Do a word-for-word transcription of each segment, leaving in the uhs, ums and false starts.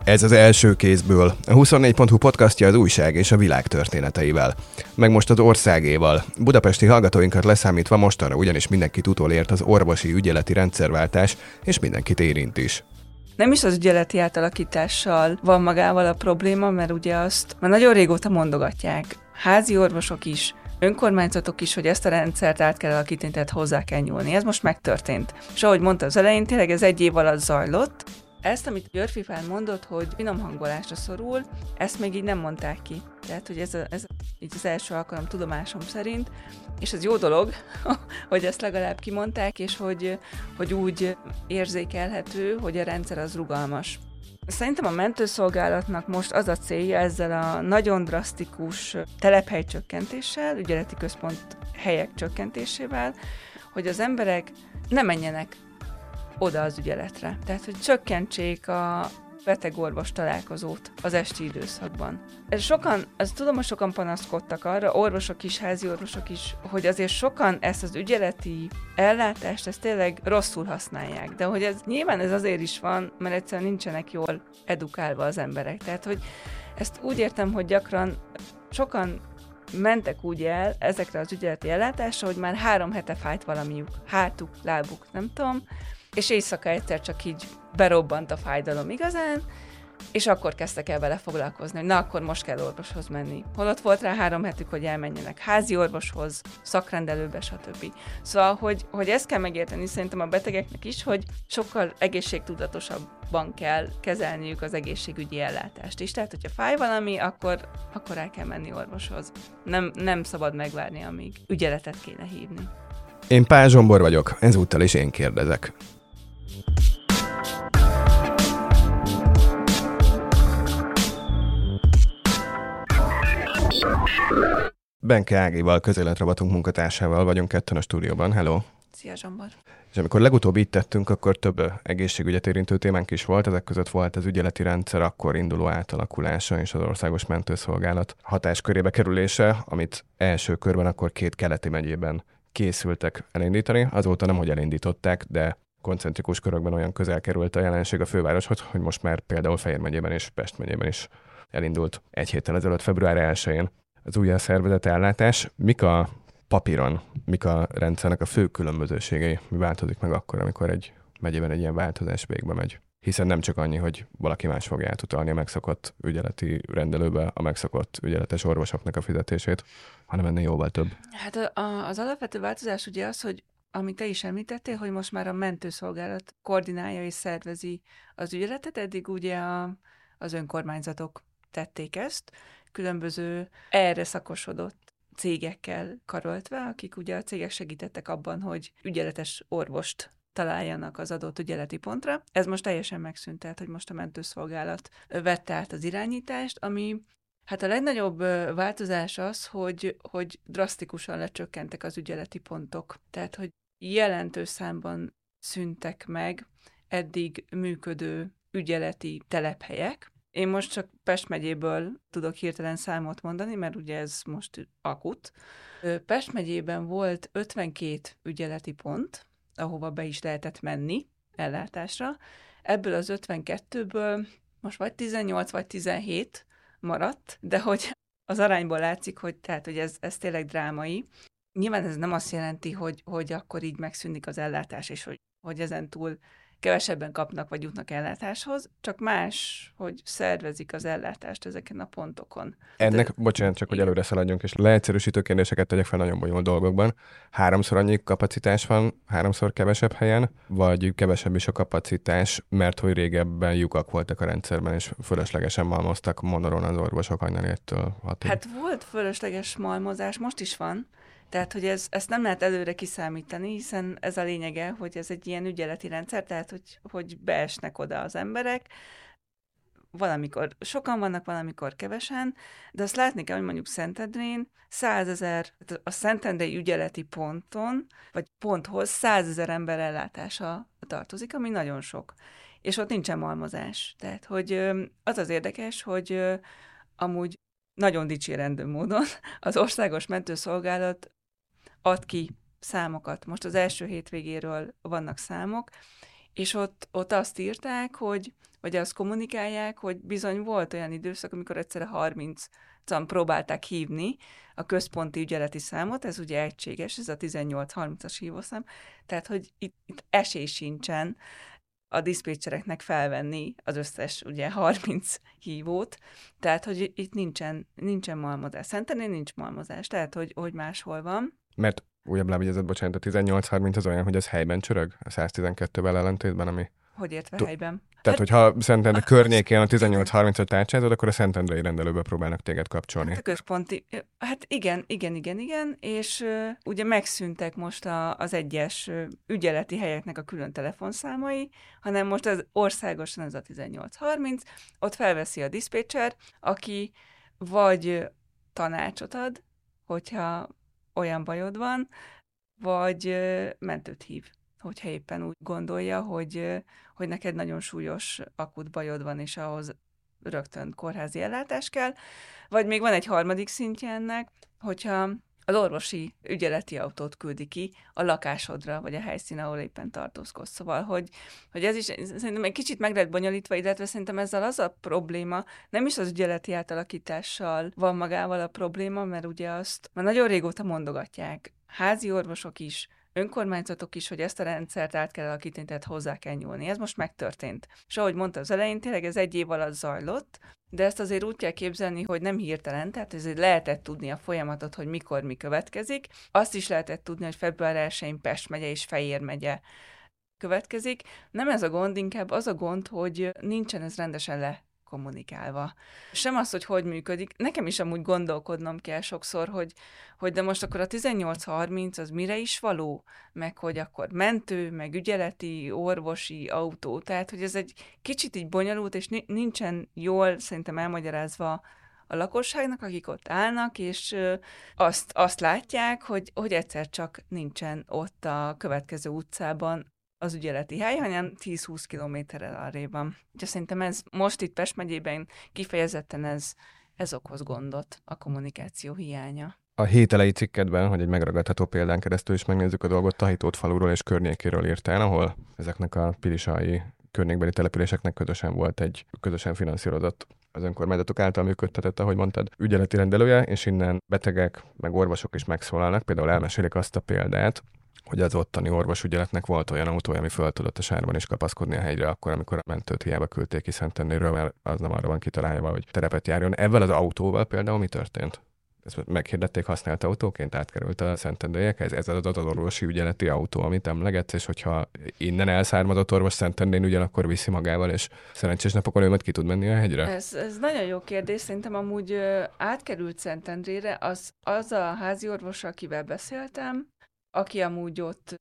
Ez az első kézből. A huszonnégy pont hu podcastja az újság és a világ történeteivel. Meg most az országéval. Budapesti hallgatóinkat leszámítva mostanra ugyanis mindenkit utolért az orvosi ügyeleti rendszerváltás, és mindenkit érint is. Nem is az ügyeleti átalakítással van magával a probléma, mert ugye azt már nagyon régóta mondogatják. Házi orvosok is, önkormányzatok is, hogy ezt a rendszert át kell alakítani, tehát hozzá kell nyúlni. Ez most megtörtént. És ahogy mondta az elején, tényleg ez egy év alatt zajlott. Ezt, amit Györfi Pál mondott, hogy finom hangolásra szorul, ezt még így nem mondták ki. Tehát, hogy ez, a, ez így az első alkalom tudomásom szerint, és ez jó dolog, hogy ezt legalább kimondták, és hogy, hogy úgy érzékelhető, hogy a rendszer az rugalmas. Szerintem a mentőszolgálatnak most az a célja ezzel a nagyon drasztikus telephely csökkentéssel, ügyeleti központ helyek csökkentésével, hogy az emberek ne menjenek oda az ügyeletre. Tehát, hogy csökkentsék a beteg-orvos találkozót az esti időszakban. Ez sokan, az tudom, hogy sokan panaszkodtak arra, orvosok is, házi orvosok is, hogy azért sokan ezt az ügyeleti ellátást, ezt tényleg rosszul használják. De hogy ez nyilván ez azért is van, mert egyszerűen nincsenek jól edukálva az emberek. Tehát, hogy ezt úgy értem, hogy gyakran sokan mentek úgy el ezekre az ügyeleti ellátásra, hogy már három hete fájt valamiük, hátuk, lábuk, nem tudom, és éjszaka egyszer csak így berobbant a fájdalom igazán, és akkor kezdtek el vele foglalkozni, hogy na, akkor most kell orvoshoz menni. Holott volt rá három hetük, hogy elmenjenek házi orvoshoz, szakrendelőbe, stb. Szóval, hogy, hogy ezt kell megérteni szerintem a betegeknek is, hogy sokkal egészségtudatosabban kell kezelniük az egészségügyi ellátást is. Tehát, hogyha fáj valami, akkor, akkor el kell menni orvoshoz. Nem, nem szabad megvárni, amíg ügyeletet kéne hívni. Én Pál Zsombor vagyok, ezúttal is én kérdezek. Benke Ágival, közéletrovatunk munkatársával vagyunk ketten a stúdióban. Hello! Szia, Zsombor! És amikor legutóbb így tettünk, akkor több egészségügyet érintő témánk is volt. Ezek között volt az ügyeleti rendszer akkor induló átalakulása és az Országos Mentőszolgálat hatáskörébe kerülése, amit első körben akkor két keleti megyében készültek elindítani. Azóta nem, hogy elindították, de koncentrikus körökben olyan közel került a jelenség a fővároshoz, hogy most már például Fejér megyében és Pest megyében is elindult egy héttel ezelőtt, február elsején az újjá szervezett ellátás. Mik a papíron, mik a rendszernek a fő különbözőségei? Mi változik meg akkor, amikor egy megyében egy ilyen változás végbe megy? Hiszen nem csak annyi, hogy valaki más fogja átutalni a megszokott ügyeleti rendelőbe a megszokott ügyeletes orvosoknak a fizetését, hanem ennél jóval több. Hát a, az alapvető változás ugye az, hogy amit te is említettél, hogy most már a mentőszolgálat koordinálja és szervezi az ügyeletet, eddig ugye a, az önkormányzatok tették ezt, különböző erre szakosodott cégekkel karöltve, akik ugye a cégek segítettek abban, hogy ügyeletes orvost találjanak az adott ügyeleti pontra. Ez most teljesen megszűnt, tehát, hogy most a mentőszolgálat vette át az irányítást, ami hát a legnagyobb változás az, hogy, hogy drasztikusan lecsökkentek az ügyeleti pontok. Tehát, hogy jelentős számban szűntek meg eddig működő ügyeleti telephelyek. Én most csak Pest megyéből tudok hirtelen számot mondani, mert ugye ez most akut. Pest megyében volt ötvenkét ügyeleti pont, ahova be is lehetett menni ellátásra. Ebből az ötvenkettőből most vagy tizennyolc, vagy tizenhét maradt, de hogy az arányból látszik, hogy, tehát, hogy ez, ez tényleg drámai. Nyilván ez nem azt jelenti, hogy, hogy akkor így megszűnik az ellátás, és hogy, hogy ezentúl kevesebben kapnak vagy jutnak ellátáshoz, csak más, hogy szervezik az ellátást ezeken a pontokon. Ennek, De, bocsánat, csak hogy előre szaladjunk, és leegyszerűsítő kérdéseket tegyek fel nagyon bonyolult dolgokban. Háromszor annyi kapacitás van, háromszor kevesebb helyen, vagy kevesebb is a kapacitás, mert hogy régebben lyukak voltak a rendszerben, és fölöslegesen malmoztak monoron az orvosok hajnaléttől hatig. Hát volt fölösleges malmozás, most is van. Tehát, hogy ez, ezt nem lehet előre kiszámítani, hiszen ez a lényege, hogy ez egy ilyen ügyeleti rendszer, tehát, hogy, hogy beesnek oda az emberek, valamikor sokan vannak, valamikor kevesen, de azt látni kell, hogy mondjuk Szentendrén százezer, a szentendrei ügyeleti ponton, vagy ponthoz százezer ember ellátása tartozik, ami nagyon sok. És ott nincsen malmozás. Tehát, hogy az az érdekes, hogy amúgy nagyon dicsérendő módon az Országos Mentőszolgálat ad ki számokat. Most az első hétvégéről vannak számok, és ott, ott azt írták, hogy, vagy azt kommunikálják, hogy bizony volt olyan időszak, amikor egyszerre harmincan próbálták hívni a központi ügyeleti számot, ez ugye egységes, ez a tizennyolc harmincas hívószám, tehát hogy itt, itt esély sincsen a diszpécsereknek felvenni az összes ugye harminc hívót, tehát hogy itt nincsen, nincsen malmozás. Szentendrén nincs malmozás, tehát hogy, hogy máshol van. Mert újabb lábjegyzet, bocsánat, a tizennyolc harminc az olyan, hogy ez helyben csörög a száz tizenkettővel ellentétben, ami... Hogy értve Tu- helyben? Tehát, Hát, hogyha Szentendre környékén a tizennyolc harmincot tárcsázod, akkor a szentendrei rendelőbe próbálnak téged kapcsolni. Hát a központi, hát igen, igen, igen, igen, és uh, ugye megszűntek most a, az egyes uh, ügyeleti helyeknek a külön telefonszámai, hanem most az országosan ez a tizennyolc harminc, ott felveszi a diszpécser, aki vagy tanácsot ad, hogyha olyan bajod van, vagy uh, mentőt hív, hogyha éppen úgy gondolja, hogy, uh, hogy neked nagyon súlyos akut bajod van, és ahhoz rögtön kórházi ellátás kell, vagy még van egy harmadik szintje ennek, hogyha az orvosi ügyeleti autót küldi ki a lakásodra, vagy a helyszín, ahol éppen tartózkodsz. Szóval, hogy, hogy ez is szerintem egy kicsit meg lehet bonyolítva, illetve szerintem ezzel az a probléma, nem is az ügyeleti átalakítással van magával a probléma, mert ugye azt már nagyon régóta mondogatják, házi orvosok is, önkormányzatok is, hogy ezt a rendszert át kell alakítani, tehát hozzá kell nyúlni. Ez most megtörtént. És ahogy mondta az elején, tényleg ez egy év alatt zajlott, de ezt azért úgy kell képzelni, hogy nem hirtelen, tehát ezért lehetett tudni a folyamatot, hogy mikor mi következik. Azt is lehetett tudni, hogy február elsején Pest megye és Fejér megye következik. Nem ez a gond, inkább az a gond, hogy nincsen ez rendesen le kommunikálva. Sem az, hogy hogy működik. Nekem is amúgy gondolkodnom kell sokszor, hogy, hogy de most akkor a tizennyolc harminc az mire is való, meg hogy akkor mentő, meg ügyeleti, orvosi autó. Tehát, hogy ez egy kicsit így bonyolult, és nincsen jól szerintem elmagyarázva a lakosságnak, akik ott állnak, és azt, azt látják, hogy, hogy egyszer csak nincsen ott a következő utcában az ügyeleti hely, hanem tíz-húsz kilométerrel arrébb van. Úgyhogy szerintem ez most itt Pest megyében kifejezetten ez, ez okoz gondot, a kommunikáció hiánya. A hét elejé cikkedben, hogy egy megragadható példán keresztül is megnézzük a dolgot, Tahitót faluról és környékéről írtál, ahol ezeknek a pilisai környékbeli településeknek közösen volt egy közösen finanszírozott, az önkormányzatok által működtetett, ahogy mondtad, ügyeleti rendelője, és innen betegek, meg orvosok is megszólalnak. Például elmesélik azt a példát, hogy az ottani orvosügyeletnek volt olyan autója, ami föl tudott a sárban is kapaszkodni a hegyre, akkor, amikor a mentőt hiába küldték ki Szentendréről, mert az nem arra van kitalálva, hogy terepet járjon. Ezzel az autóval például mi történt? Ezt meghirdették használt autóként, átkerült a Szentendrélyekhez. Ez az az orvosi ügyeleti autó, amit emlegetsz, és hogyha innen elszármazott orvos Szentendrén ügyel, akkor viszi magával, és szerencsés napokon ő majd ki tud menni a hegyre? Ez, ez nagyon jó kérdés. Szerintem amúgy ö, átkerült Szentendrére, az, az a házi orvos, akivel beszéltem, aki amúgy ott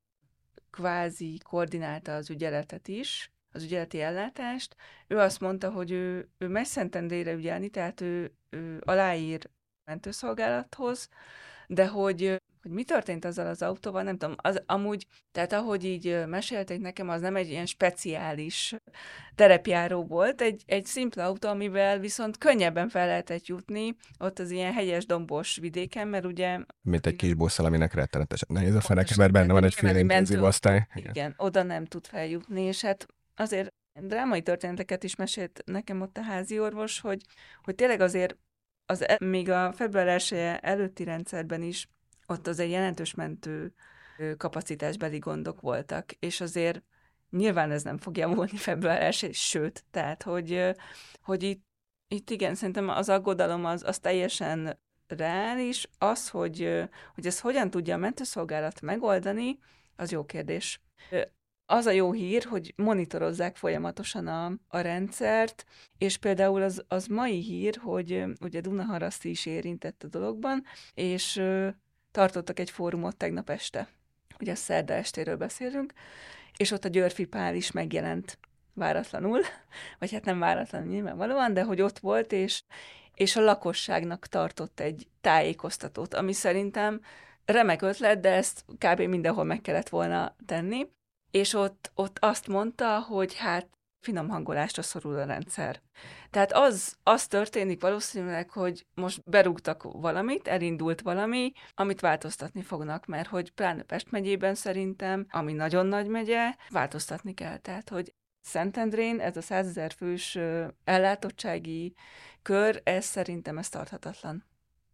kvázi koordinálta az ügyeletet is, az ügyeleti ellátást, ő azt mondta, hogy ő, ő megy Szentendrére ügyelni, tehát ő, ő aláír mentőszolgálathoz, de hogy, hogy mi történt azzal az autóval, nem tudom, az amúgy, tehát ahogy így mesélték nekem, az nem egy ilyen speciális terepjáró volt, egy, egy szimpla autó, amivel viszont könnyebben fel lehetett jutni ott az ilyen hegyes dombos vidéken, mert ugye... Mint egy kis busszal, aminek rettenetesen nehéz a feneke, mert benne van egy fél intenzív osztály. Igen. igen, oda nem tud feljutni, és hát azért drámai történeteket is mesélt nekem ott a házi orvos, hogy, hogy tényleg azért az, még a február elseje előtti rendszerben is ott az egy jelentős mentő kapacitásbeli gondok voltak, és azért nyilván ez nem fog javulni február elsején, sőt, tehát, hogy, hogy itt, itt igen, szerintem az aggodalom az, az teljesen reális, az, hogy, hogy ezt hogyan tudja a mentőszolgálat megoldani, az jó kérdés. Az a jó hír, hogy monitorozzák folyamatosan a, a rendszert, és például az, az mai hír, hogy ugye Dunaharaszti is érintett a dologban, és ö, tartottak egy fórumot tegnap este. Ugye szerda estéről beszélünk, és ott a Györfi Pál is megjelent váratlanul, vagy hát nem váratlanul nyilvánvalóan, de hogy ott volt, és, és a lakosságnak tartott egy tájékoztatót, ami szerintem remek ötlet, de ezt kb. Mindenhol meg kellett volna tenni. És ott, ott azt mondta, hogy hát finom hangolásra szorul a rendszer. Tehát az, az történik valószínűleg, hogy most berúgtak valamit, elindult valami, amit változtatni fognak, mert hogy pláne Pest megyében szerintem, ami nagyon nagy megye, változtatni kell. Tehát, hogy Szentendrén ez a százezer fős ellátottsági kör, ez szerintem ez tarthatatlan.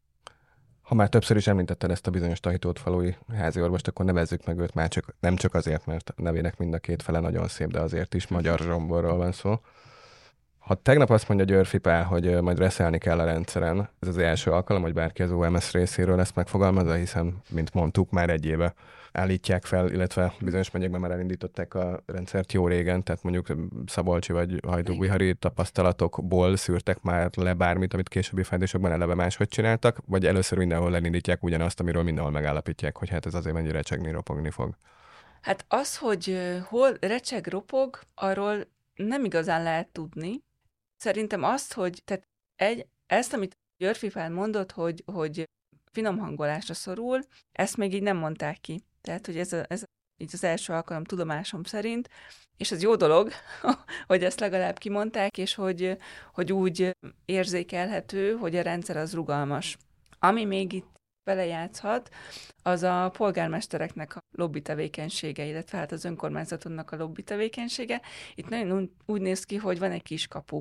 Ha már többször is említetted ezt a bizonyos tahitótfalui háziorvost, akkor nevezzük meg őt már csak, nem csak azért, mert a nevének mind a két fele nagyon szép, de azért is Magyar Zsomborról van szó. Ha tegnap azt mondja Györfi Pál, hogy majd reszelni kell a rendszeren, ez az első alkalom, hogy bárki az o em es részéről ezt megfogalmazza, hiszen, mint mondtuk, már egy éve állítják fel, illetve bizonyos megyékben már elindították a rendszert jó régen, tehát mondjuk szabolcsi vagy hajdúbihari tapasztalatokból szűrtek már le bármit, amit későbbi fázisokban eleve máshogy csináltak, vagy először mindenhol elindítják ugyanazt, amiről mindenhol megállapítják, hogy hát ez azért mennyire recsegni, ropogni fog. Hát az, hogy hol recseg, ropog, arról nem igazán lehet tudni. Szerintem azt, hogy tehát egy, ezt, amit Györfi Pál mondott, hogy, hogy finom hangolásra szorul, ezt még így nem mondták ki. Tehát, hogy ez, a, ez így az első alkalom tudomásom szerint, és ez jó dolog, hogy ezt legalább kimondták, és hogy, hogy úgy érzékelhető, hogy a rendszer az rugalmas. Ami még itt belejátszhat, az a polgármestereknek a lobby tevékenysége, illetve hát az önkormányzatoknak a lobby tevékenysége. Itt nagyon úgy néz ki, hogy van egy kiskapu.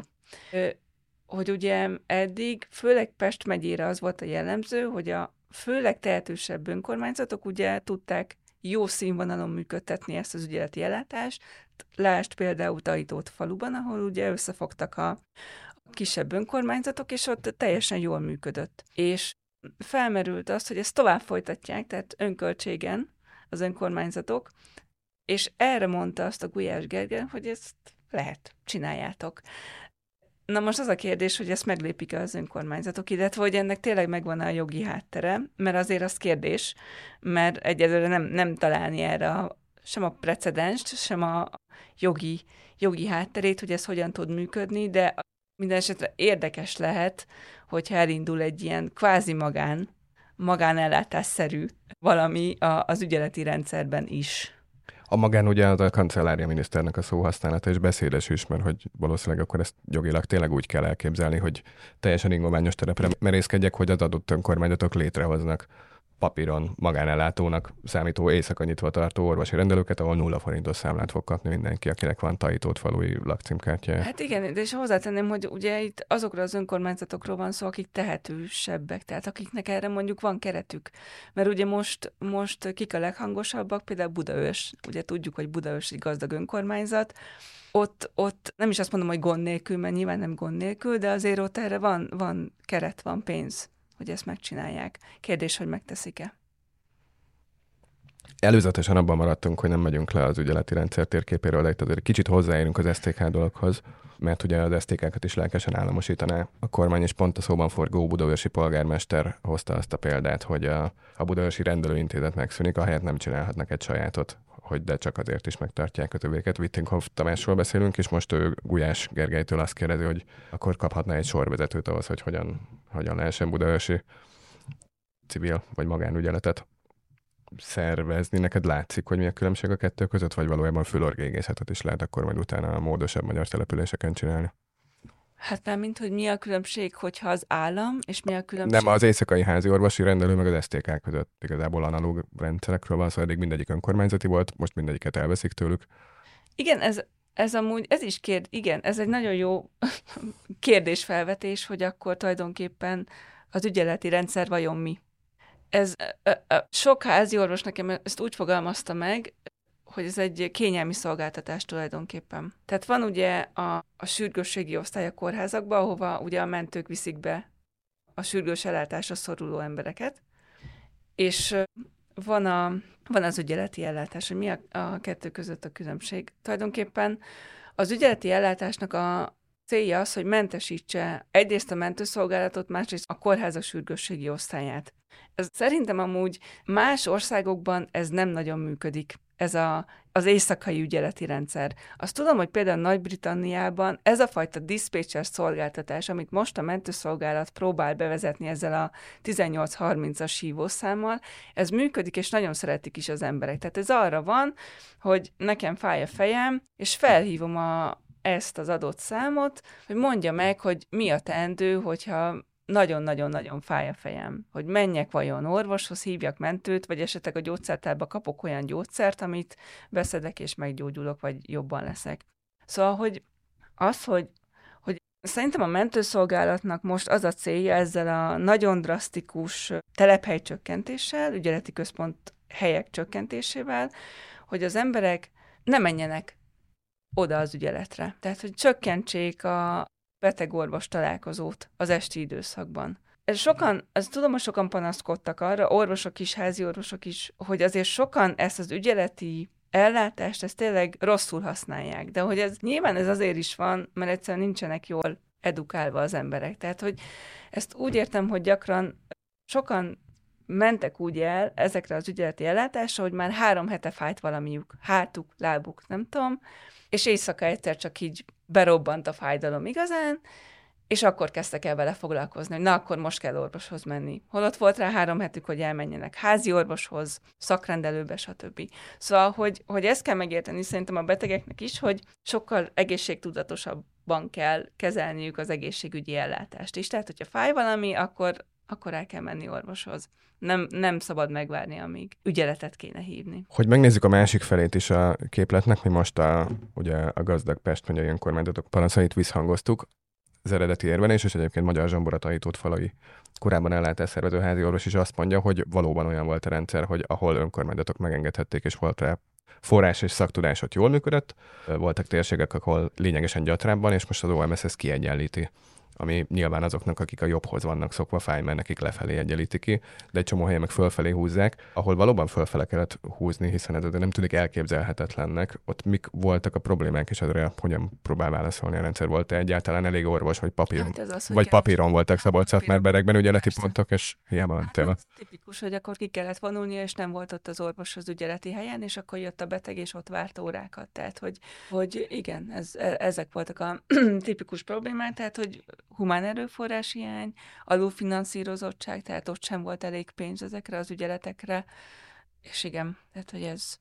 Hogy ugye eddig, főleg Pest megyére az volt a jellemző, hogy a főleg tehetősebb önkormányzatok ugye tudták jó színvonalon működtetni ezt az ügyeleti ellátást. Lásd például Tahitótfaluban, ahol ugye összefogtak a kisebb önkormányzatok, és ott teljesen jól működött. És felmerült az, hogy ezt tovább folytatják, tehát önköltségen az önkormányzatok, és erre mondta azt a Gulyás Gergely, hogy ezt lehet, csináljátok. Na most az a kérdés, hogy ezt meglépik-e az önkormányzatok, illetve hogy ennek tényleg megvan a jogi háttere, mert azért az kérdés, mert egyelőre nem, nem találni erre a, sem a precedenst, sem a jogi, jogi hátterét, hogy ez hogyan tud működni, de minden esetre érdekes lehet, hogyha elindul egy ilyen kvázi magán, magánellátásszerű valami a, az ügyeleti rendszerben is. A magán ugye az a kancellária miniszternek a szóhasználata, és beszédes is, mert hogy valószínűleg akkor ezt jogilag tényleg úgy kell elképzelni, hogy teljesen ingományos terepre merészkedjek, hogy az adott önkormányzatok létrehoznak papíron magánellátónak számító éjszaka nyitva tartó orvosi rendelőket, ahol nulla forintos számlát fog kapni mindenki, akinek van Tahitótfalui lakcímkártyája. Hát igen, de és hozzátenném, hogy ugye itt azokra az önkormányzatokról van szó, akik tehetősebbek, tehát akiknek erre mondjuk van keretük. Mert ugye most, most kik a leghangosabbak, például Budaörs. Ugye tudjuk, hogy Budaörs egy gazdag önkormányzat. Ott, ott nem is azt mondom, hogy gond nélkül, mert nyilván nem gond nélkül, de azért ott erre van, van keret, van pénz, hogy ezt megcsinálják. Kérdés, hogy megteszik-e. Előzetesen abban maradtunk, hogy nem megyünk le az ügyeleti rendszer térképéről, de itt azért kicsit hozzáérünk az es té ká dologhoz, mert ugye az es té ká-kat is lelkesen államosítaná a kormány, és pont a szóban forgó budaörsi polgármester hozta azt a példát, hogy a, a budaörsi rendelőintézet megszűnik, ahelyett nem csinálhatnak egy sajátot, hogy de csak azért is megtartják a többieket. Wittinghoff Tamásról beszélünk, és most ő Gulyás Gergelytől azt kérdezi, hogy akkor kaphatna egy sorvezetőt ahhoz, hogy hogyan, hogyan lehessen budaörsi civil vagy magánügyeletet szervezni. Neked látszik, hogy mi a különbség a kettő között, vagy valójában fülorgégészetet is lehet akkor majd utána a módosabb magyar településeken csinálni? Hát nem, mint hogy mi a különbség, hogyha az állam, és mi a különbség? Nem, az éjszakai házi orvosi rendelő meg az es té ká között igazából analóg rendszerekről van szó, szóval eddig mindegyik önkormányzati volt, most mindegyiket elveszik tőlük. Igen, ez, ez amúgy, ez is kérd, igen, ez egy nagyon jó kérdésfelvetés, hogy akkor tulajdonképpen az ügyeleti rendszer vajon mi? Ez ö, ö, sok házi orvos nekem ezt úgy fogalmazta meg, hogy ez egy kényelmi szolgáltatás tulajdonképpen. Tehát van ugye a, a sürgősségi osztály a kórházakban, ahova ugye a mentők viszik be a sürgős ellátásra szoruló embereket, és van, a, van az ügyeleti ellátás, hogy mi a, a kettő között a különbség. Tulajdonképpen az ügyeleti ellátásnak a célja az, hogy mentesítse egyrészt a mentőszolgálatot, másrészt a kórházak sürgősségi osztályát. Ez szerintem amúgy más országokban ez nem nagyon működik, ez a, az éjszakai ügyeleti rendszer. Azt tudom, hogy például Nagy-Britanniában ez a fajta diszpécser szolgáltatás, amit most a mentőszolgálat próbál bevezetni ezzel a tizennyolc harmincas hívószámmal, ez működik, és nagyon szeretik is az emberek. Tehát ez arra van, hogy nekem fáj a fejem, és felhívom a ezt az adott számot, hogy mondja meg, hogy mi a teendő, hogyha nagyon-nagyon-nagyon fáj a fejem, hogy menjek vajon orvoshoz, hívjak mentőt, vagy esetleg a gyógyszertárba kapok olyan gyógyszert, amit beszedek és meggyógyulok, vagy jobban leszek. Szóval, hogy az, hogy, hogy szerintem a mentőszolgálatnak most az a célja ezzel a nagyon drasztikus telephely csökkentéssel, ügyeleti központ helyek csökkentésével, hogy az emberek ne menjenek oda az ügyeletre. Tehát, hogy csökkentsék a beteg-orvos találkozót az esti időszakban. Ez sokan, ezt tudom, hogy sokan panaszkodtak arra, orvosok is, házi orvosok is, hogy azért sokan ezt az ügyeleti ellátást, ezt tényleg rosszul használják. De hogy ez nyilván ez azért is van, mert egyszerűen nincsenek jól edukálva az emberek. Tehát, hogy ezt úgy értem, hogy gyakran sokan mentek úgy el ezekre az ügyeleti ellátásra, hogy már három hete fájt valamiük, hátuk, lábuk, nem tudom, és éjszaka egyszer csak így berobbant a fájdalom igazán, és akkor kezdtek el vele foglalkozni, hogy na, akkor most kell orvoshoz menni. Holott volt rá három hetük, hogy elmenjenek házi orvoshoz, szakrendelőbe, stb. Szóval, hogy, hogy ezt kell megérteni szerintem a betegeknek is, hogy sokkal egészségtudatosabban kell kezelniük az egészségügyi ellátást is. Tehát, hogyha fáj valami, akkor, akkor el kell menni orvoshoz. Nem, nem szabad megvárni, amíg ügyeletet kéne hívni. Hogy megnézzük a másik felét is a képletnek, mi most a, ugye a gazdag Pest megyei önkormányzatok panaszait visszhangoztuk, az eredeti érvelés, és egyébként Magyar Zsombora Tóth Falai korábban ellátást szervező házi orvos is azt mondja, hogy valóban olyan volt a rendszer, hogy ahol önkormányzatok megengedhették, és volt rá forrás és szaktudás, ott jól működött, voltak térségek, ahol lényegesen gyatrábban, és most az o em es ezt kiegyenlíti, ami nyilván azoknak, akik a jobbhoz vannak szokva, fáj, mert nekik lefelé egyenlíti ki, de egy csomó helyen meg fölfelé húzzák, ahol valóban fölfele kellett húzni, hiszen ez nem tűnik elképzelhetetlennek. Ott mik voltak a problémák, és azra hogyan próbál válaszolni a rendszer? Volt-e egyáltalán elég orvos, vagy papíron, hát az, vagy papíron voltak Szabolcs-Szatmár-Berekben ügyeleti pontok, és hiába mentél. Hát, tipikus, hogy akkor ki kellett vonulnia, és nem volt ott az orvos az ügyeleti helyen, és akkor jött a beteg, és ott várt órákat. Tehát, hogy, hogy igen, ez, ezek voltak a tipikus problémák, tehát, hogy humán erőforrás hiány, alulfinanszírozottság, tehát ott sem volt elég pénz ezekre az ügyeletekre, és igen, tehát, hogy ez...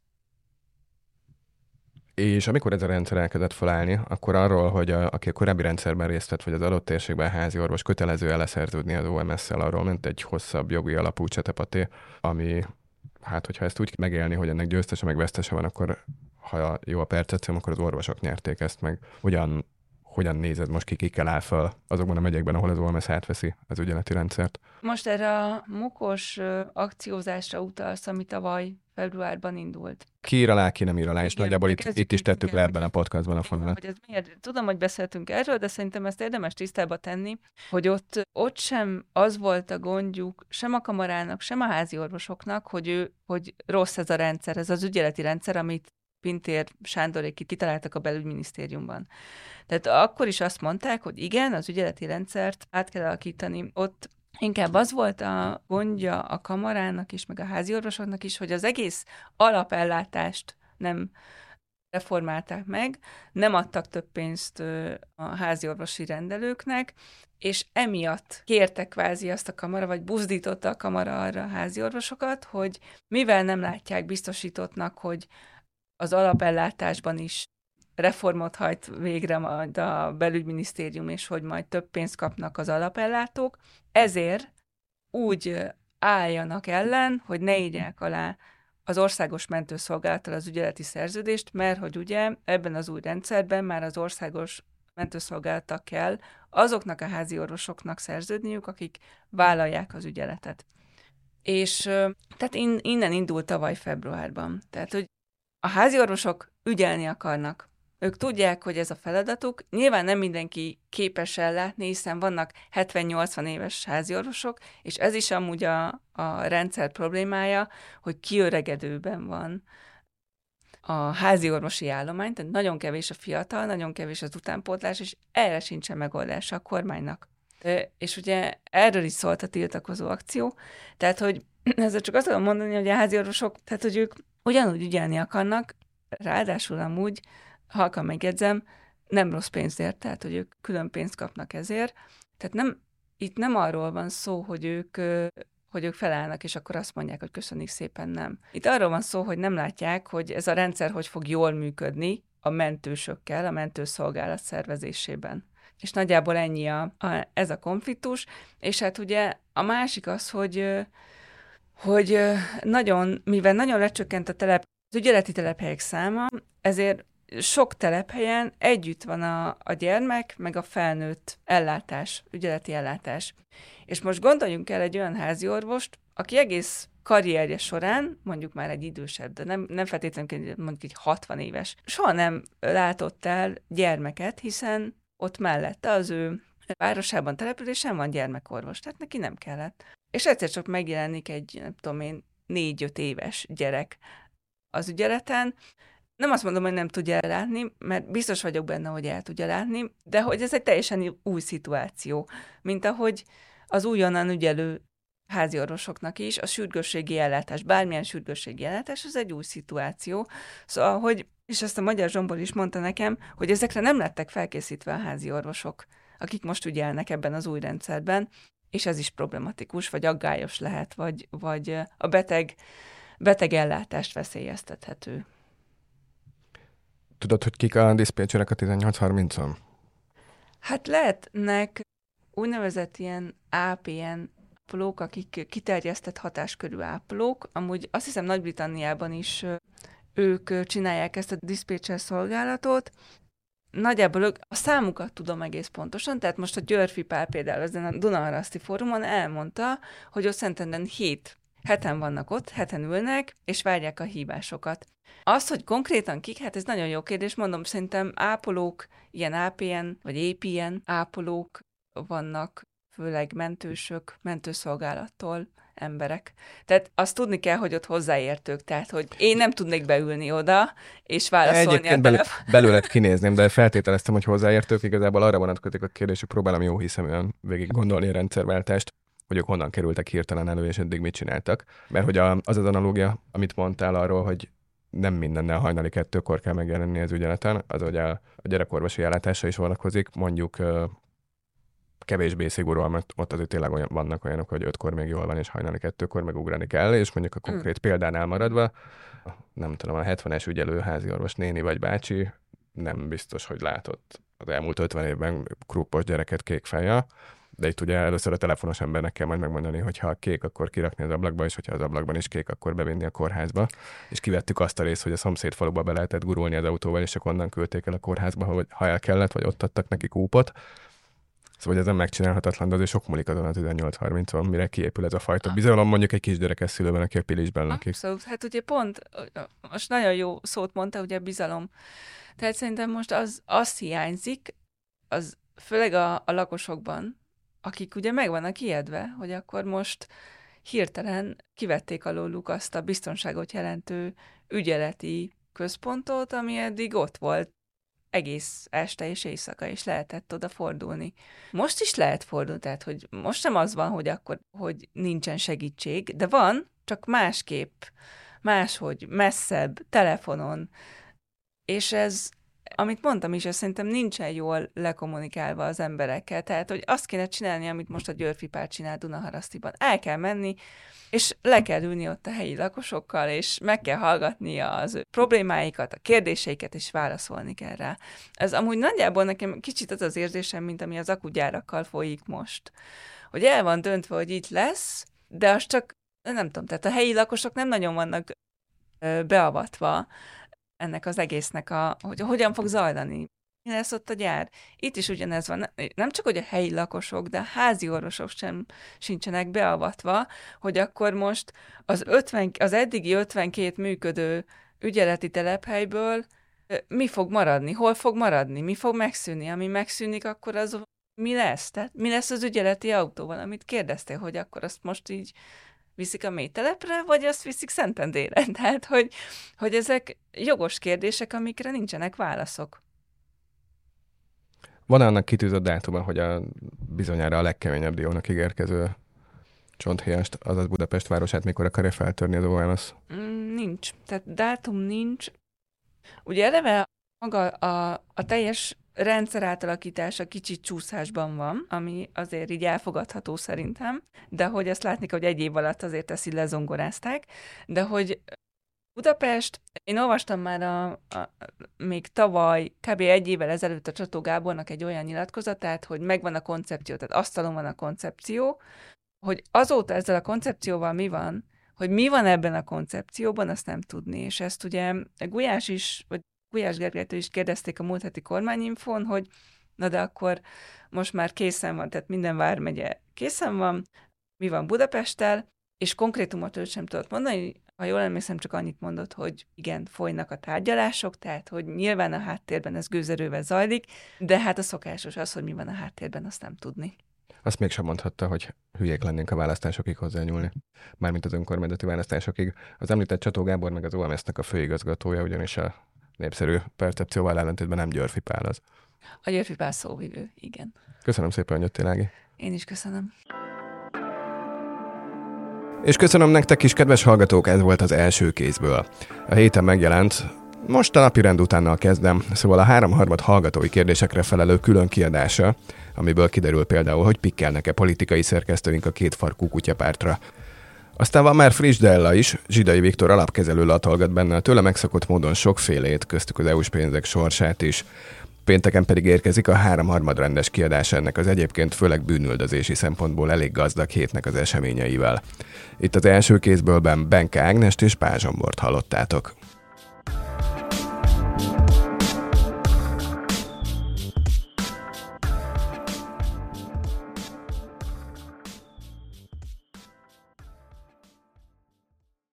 És amikor ez a rendszer elkezdett felállni, akkor arról, hogy a, aki a korábbi rendszerben részt vett, vagy az adott térségben házi orvos kötelező eleszerződni az o em es-szel, arról ment egy hosszabb jogi alapú csetepaté, ami, hát hogyha ezt úgy megélni, hogy ennek győztese meg vesztese van, akkor ha jó a percepcióm, akkor az orvosok nyerték ezt meg. Ugyan Hogyan nézed most ki, kikkel áll fel azokban a megyekben, ahol az o em es átveszi az ügyeleti rendszert? Most erre a mukos akciózásra utalsz, ami tavaly februárban indult. Ki ír alá, ki nem ír alá, és nagyjából itt, itt is tettük le ebben a podcastban a fonalat. Hogy ez miért? Tudom, hogy beszéltünk erről, de szerintem ezt érdemes tisztába tenni, hogy ott, ott sem az volt a gondjuk, sem a kamarának, sem a házi orvosoknak, hogy, ő, hogy rossz ez a rendszer, ez az ügyeleti rendszer, amit Pintér Sándorék itt kitaláltak a belügyminisztériumban. Tehát akkor is azt mondták, hogy igen, az ügyeleti rendszert át kell alakítani. Ott inkább az volt a gondja a kamarának is, meg a házi orvosoknak is, hogy az egész alapellátást nem reformálták meg, nem adtak több pénzt a házi orvosi rendelőknek, és emiatt kértek kvázi azt a kamara, vagy buzdította a kamara arra a házi orvosokat, hogy mivel nem látják biztosítottnak, hogy az alapellátásban is reformot hajt végre majd a belügyminisztérium, és hogy majd több pénzt kapnak az alapellátók, ezért úgy álljanak ellen, hogy ne írják alá az országos mentőszolgálattal az ügyeleti szerződést, mert hogy ugye ebben az új rendszerben már az országos mentőszolgálattal kell azoknak a házi orvosoknak szerződniük, akik vállalják az ügyeletet. És tehát innen indult tavaly februárban. Tehát, hogy a házi orvosok ügyelni akarnak. Ők tudják, hogy ez a feladatuk. Nyilván nem mindenki képes ellátni, hiszen vannak hetven-nyolcvan éves háziorvosok, és ez is amúgy a, a rendszer problémája, hogy kiöregedőben van a háziorvosi állomány, tehát nagyon kevés a fiatal, nagyon kevés az utánpótlás, és erre sincsen megoldása a kormánynak. És ugye erről is szólt a tiltakozó akció, tehát, hogy ezzel csak azt tudom mondani, hogy a háziorvosok, tehát, hogy ők ugyanúgy ügyelni akarnak, ráadásul amúgy, halkan megjegyzem, nem rossz pénzért, tehát, hogy ők külön pénzt kapnak ezért. Tehát nem, itt nem arról van szó, hogy ők, hogy ők felállnak, és akkor azt mondják, hogy köszönjük szépen, nem. Itt arról van szó, hogy nem látják, hogy ez a rendszer hogy fog jól működni, a mentősökkel, a mentőszolgálat szervezésében. És nagyjából ennyi a, a, ez a konfliktus, és hát ugye a másik az, hogy, hogy nagyon, mivel nagyon lecsökkent a telep, az ügyeleti telephelyek száma, ezért sok telephelyen együtt van a, a gyermek, meg a felnőtt ellátás, ügyeleti ellátás. És most gondoljunk el egy olyan házi orvost, aki egész karrierje során, mondjuk már egy idősebb, de nem, nem feltétlenül mondjuk egy hatvan éves, soha nem látott el gyermeket, hiszen ott mellette az ő városában, településen van gyermekorvos, tehát neki nem kellett. És egyszer csak megjelenik egy, nem tudom én, négy-öt éves gyerek az ügyeleten. Nem azt mondom, hogy nem tudja látni, mert biztos vagyok benne, hogy el tudja látni, de hogy ez egy teljesen új szituáció, mint ahogy az újonnan ügyelő háziorvosoknak is a sürgősségi ellátás, bármilyen sürgősségi ellátás, az egy új szituáció. Szóval, hogy, és ezt a Magyar Zsombor is mondta nekem, hogy ezekre nem lettek felkészítve a háziorvosok, akik most ügyelnek ebben az új rendszerben, és ez is problematikus, vagy aggályos lehet, vagy, vagy a beteg, beteg ellátást veszélyeztethető. Tudod, hogy kik a diszpécserek a tizennyolc harmincon? Hát lehetnek úgynevezett ilyen á pé en ápolók, akik kiterjesztett hatáskörű ápolók. Amúgy azt hiszem Nagy-Britanniában is ők csinálják ezt a diszpécser szolgálatot. Nagyjából ők, a számukat tudom egész pontosan, tehát most a Györfi Pál például ezen a Dunaharaszti fórumon elmondta, hogy ott Szentenden hét heten vannak ott, heten ülnek, és várják a hívásokat. Az, hogy konkrétan kik, hát ez nagyon jó kérdés, mondom, szerintem ápolók, ilyen á pé en, vagy á pé en ápolók vannak, főleg mentősök, mentőszolgálattól emberek. Tehát azt tudni kell, hogy ott hozzáértők, tehát hogy én nem tudnék beülni oda, és válaszolni Egyébként a belül, telefon. belőled kinézném, de feltételeztem, hogy hozzáértők, igazából arra vonatkozik a kérdés, hogy próbálom jó hiszeműen végig gondolni a rendszerváltást, hogy ők honnan kerültek hirtelen elő, és eddig mit csináltak. Mert hogy a, az az analógia, amit mondtál arról, hogy nem mindennel hajnali kettőkor kell megjelenni az ügyeleten, az, hogy a, a gyerekorvosi ellátásra is vonatkozik, mondjuk kevésbé szigorúan, mert ott azért tényleg olyan, vannak olyanok, hogy ötkor még jól van, és hajnali kettőkor meg ugrani kell, és mondjuk a konkrét mm. példánál maradva, nem tudom, a hetvenes ügyelő háziorvos néni vagy bácsi nem biztos, hogy látott az elmúlt ötven évben krúpos gyereket kék fejjel, de itt ugye először a telefonos embernek kell majd megmondani, hogy ha kék, akkor kirakni az ablakba, és hogyha az ablakban is kék, akkor bevinni a kórházba. És kivettük azt a részt, hogy a szomszéd faluba be lehetett gurulni az autóval, és csak onnan küldték el a kórházba, hogy ha el kellett, vagy ott adtak neki kúpot. Szóval ez nem megcsinálhatatlan, de azért sok múlik azon a tizennyolc harmincon, mire kiépül ez a fajta bizalom, mondjuk egy kisgyerekes szülőben, aki a pilisben lakik. Abszolút, hát ugye pont, most nagyon jó szót mondta, ugye bizalom. Tehát szerintem most az, az hiányzik, az főleg a, a lakosokban, akik ugye meg vannak ijedve, hogy akkor most hirtelen kivették alóluk azt a biztonságot jelentő ügyeleti központot, ami eddig ott volt egész este és éjszaka, és lehetett oda fordulni. Most is lehet fordulni, tehát hogy most nem az van, hogy akkor, hogy nincsen segítség, de van, csak másképp, máshogy, messzebb, telefonon, és ez, amit mondtam is, ez szerintem nincsen jól lekommunikálva az emberekkel, tehát hogy azt kéne csinálni, amit most a Györfi Pál csinál Dunaharasztiban. El kell menni, és le kell ülni ott a helyi lakosokkal, és meg kell hallgatni az ő problémáikat, a kérdéseiket, és válaszolni kell rá. Ez amúgy nagyjából nekem kicsit az az érzésem, mint ami az akugyárakkal folyik most. Hogy el van döntve, hogy itt lesz, de az csak, nem tudom, tehát a helyi lakosok nem nagyon vannak beavatva ennek az egésznek, a, hogy hogyan fog zajlani. Mi lesz ott a gyár? Itt is ugyanez van. Nem csak, hogy a helyi lakosok, de a házi orvosok sem sincsenek beavatva, hogy akkor most az, ötven, az eddigi ötvenkét működő ügyeleti telephelyből mi fog maradni? Hol fog maradni? Mi fog megszűnni? Ami megszűnik, akkor az mi lesz? Tehát mi lesz az ügyeleti autóval, amit kérdeztél, hogy akkor azt most így viszik a mélytelepre, vagy azt viszik Szentendrére? Tehát, hogy, hogy ezek jogos kérdések, amikre nincsenek válaszok. Van annak kitűzött dátuma, hogy a bizonyára a legkeményebb diónak ígérkező csonthéjast, azaz Budapest városát mikor akarja feltörni az o em es? Mm, nincs. Tehát dátum nincs. Ugye eleve maga a, a teljes rendszer átalakítása kicsit csúszásban van, ami azért így elfogadható szerintem, de hogy azt látni, hogy egy év alatt azért ezt így lezongorázták, de hogy Budapest, én olvastam már a, a, még tavaly, kb. Egy évvel ezelőtt a Csató Gábornak egy olyan nyilatkozatát, hogy megvan a koncepció, tehát asztalon van a koncepció, hogy azóta ezzel a koncepcióval mi van, hogy mi van ebben a koncepcióban, azt nem tudni. És ezt ugye Gulyás is, vagy Gulyás Gergelytől is kérdezték a múlt heti kormányinfón, hogy na de akkor most már készen van, tehát minden vármegye készen van, mi van Budapesttel, és konkrétumot ő sem tudott mondani, ha jól emlékszem, csak annyit mondott, hogy igen, folynak a tárgyalások, tehát hogy nyilván a háttérben ez gőzerővel zajlik, de hát a szokásos az, hogy mi van a háttérben, azt nem tudni. Azt mégsem mondhatta, hogy hülyék lennénk a választásokig hozzányúlni. Mármint az önkormányzati választásokig. Az említett Csató Gábor meg az o em es-nek a főigazgatója, ugyanis a népszerű percepcióval ellentétben nem Györfi Pál az. A Györfi Pál szóvivő, igen. Köszönöm szépen, hogy jöttél, Ági. Én is köszönöm. És köszönöm nektek is, kedves hallgatók, ez volt az első kézből. A héten megjelent, most a napirend utánnal kezdem, szóval a háromharmad hallgatói kérdésekre felelő külön kiadása, amiből kiderül például, hogy pikkelnek-e politikai szerkesztőink a kétfarkú kutyapártra. Aztán van már friss Della is, Zsidai Viktor alapkezelő latolgat benne a tőle megszokott módon sokfélét, köztük az é u-s pénzek sorsát is. Pénteken pedig érkezik a háromharmad rendes kiadás ennek az egyébként főleg bűnüldözési szempontból elég gazdag hétnek az eseményeivel. Itt az első kézből Benke Ágnest és Pál Zsombort hallottátok.